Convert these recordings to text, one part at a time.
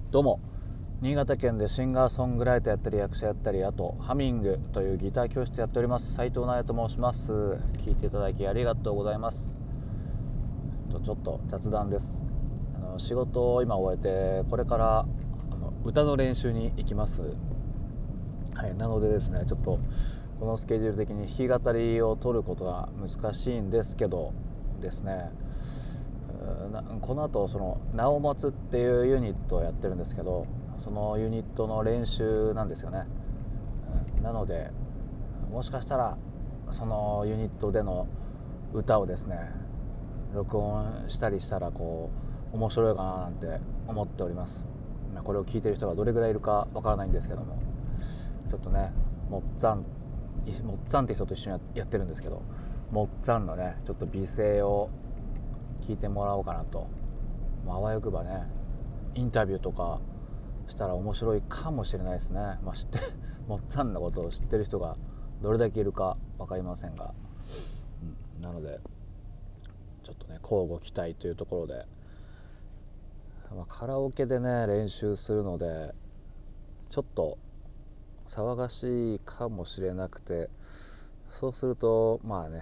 どうも、新潟県でシンガーソングライターやったり役者やったり、あとハミングというギター教室やっております斉藤直也と申します。聞いていただきありがとうございます。ちょっと雑談です。仕事を今終えて、これから歌の練習に行きます。はい、なのでですね、ちょっとこのスケジュール的に弾き語りを取ることが難しいんですけどですね、この後そのなおもつっていうユニットをやってるんですけど、そのユニットの練習なんですよね。なのでもしかしたらそのユニットでの歌をですね録音したりしたら面白いかななんて思っております。これを聞いてる人がどれぐらいいるかわからないんですけども、ちょっとねもっつぁんって人と一緒にやってるんですけど、もっつぁんのねちょっと美声を聞いてもらおうかなと。あわよくばねインタビューとかしたら面白いかもしれないですね。知ってもっつぁんのことを知ってる人がどれだけいるか分かりませんが、なのでちょっとね乞うご期待というところで、カラオケでね練習するのでちょっと騒がしいかもしれなくて、そうすると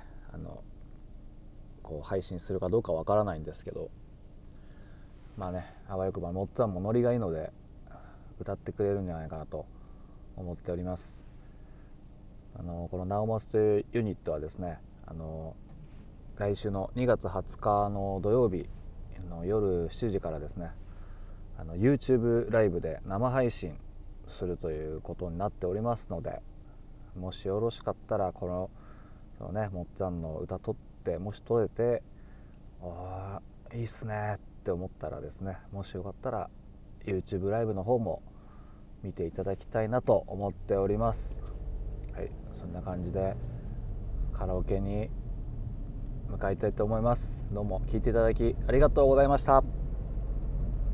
配信するかどうかわからないんですけど、あわよくばもっつぁんもノリがいいので歌ってくれるんじゃないかなと思っております。このナオマスというユニットはですね、来週の2月20日の土曜日の夜7時からですね、YouTube ライブで生配信するということになっておりますので、もしよろしかったらそのねもっちゃんの歌撮って、もし撮れていいっすねって思ったらですね、もしよかったら YouTube ライブの方も見ていただきたいなと思っております。はい、そんな感じでカラオケに向かいたいと思います。どうも聞いていただきありがとうございました。